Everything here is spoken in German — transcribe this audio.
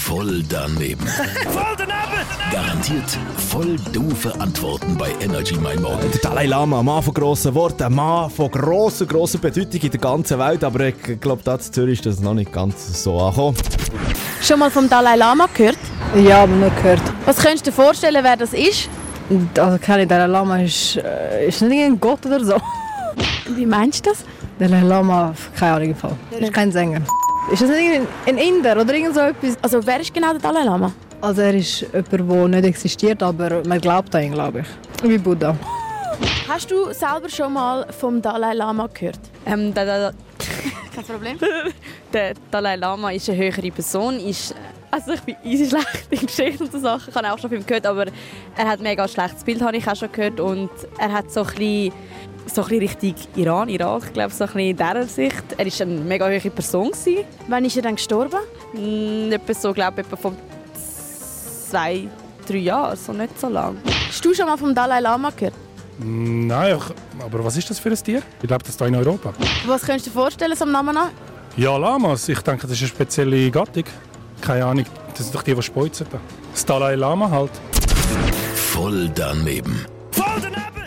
Voll daneben. Voll daneben! Garantiert voll doofe Antworten bei Energy Mein Morgen. Der Dalai Lama, ein Mann von grossen Worten, ein Mann von grosser Bedeutung in der ganzen Welt, aber ich glaube, da in Zürich ist das noch nicht ganz so angekommen. Schon mal vom Dalai Lama gehört? Ja, aber nur gehört. Was könntest du dir vorstellen, wer das ist? Also keine Dalai Lama ist nicht ein Gott oder so. Wie meinst du das? Dalai Lama, keine Ahnung, ist kein Sänger. Ist das nicht ein Inder oder irgend so etwas? Also wer ist genau der Dalai Lama? Also er ist jemand, der nicht existiert, aber man glaubt an ihn, glaube ich. Wie Buddha. Hast du selber schon mal vom Dalai Lama gehört? Kein Problem. Der Dalai Lama ist eine höhere Person. Also ich bin easy schlecht in Geschichten und so Sachen. Ich habe auch schon von ihm gehört, aber er hat ein mega schlechtes Bild, habe ich auch schon gehört. Und er hat so ein bisschen Richtung Iran, Irak, ich glaube, so ein bisschen in dieser Sicht. Er war eine mega hohe Person. Wann ist er dann gestorben? Etwa so, glaube ich, vor 2-3 Jahren, so nicht so lange. Hast du schon mal vom Dalai Lama gehört? Nein, aber was ist das für ein Tier? Ich glaube, das ist hier in Europa. Was könntest du dir vorstellen, so am Namen nach? Ja, Lamas. Ich denke, das ist eine spezielle Gattung. Keine Ahnung, das sind doch die speuzen. Das Dalai Lama halt. Voll daneben. Voll daneben!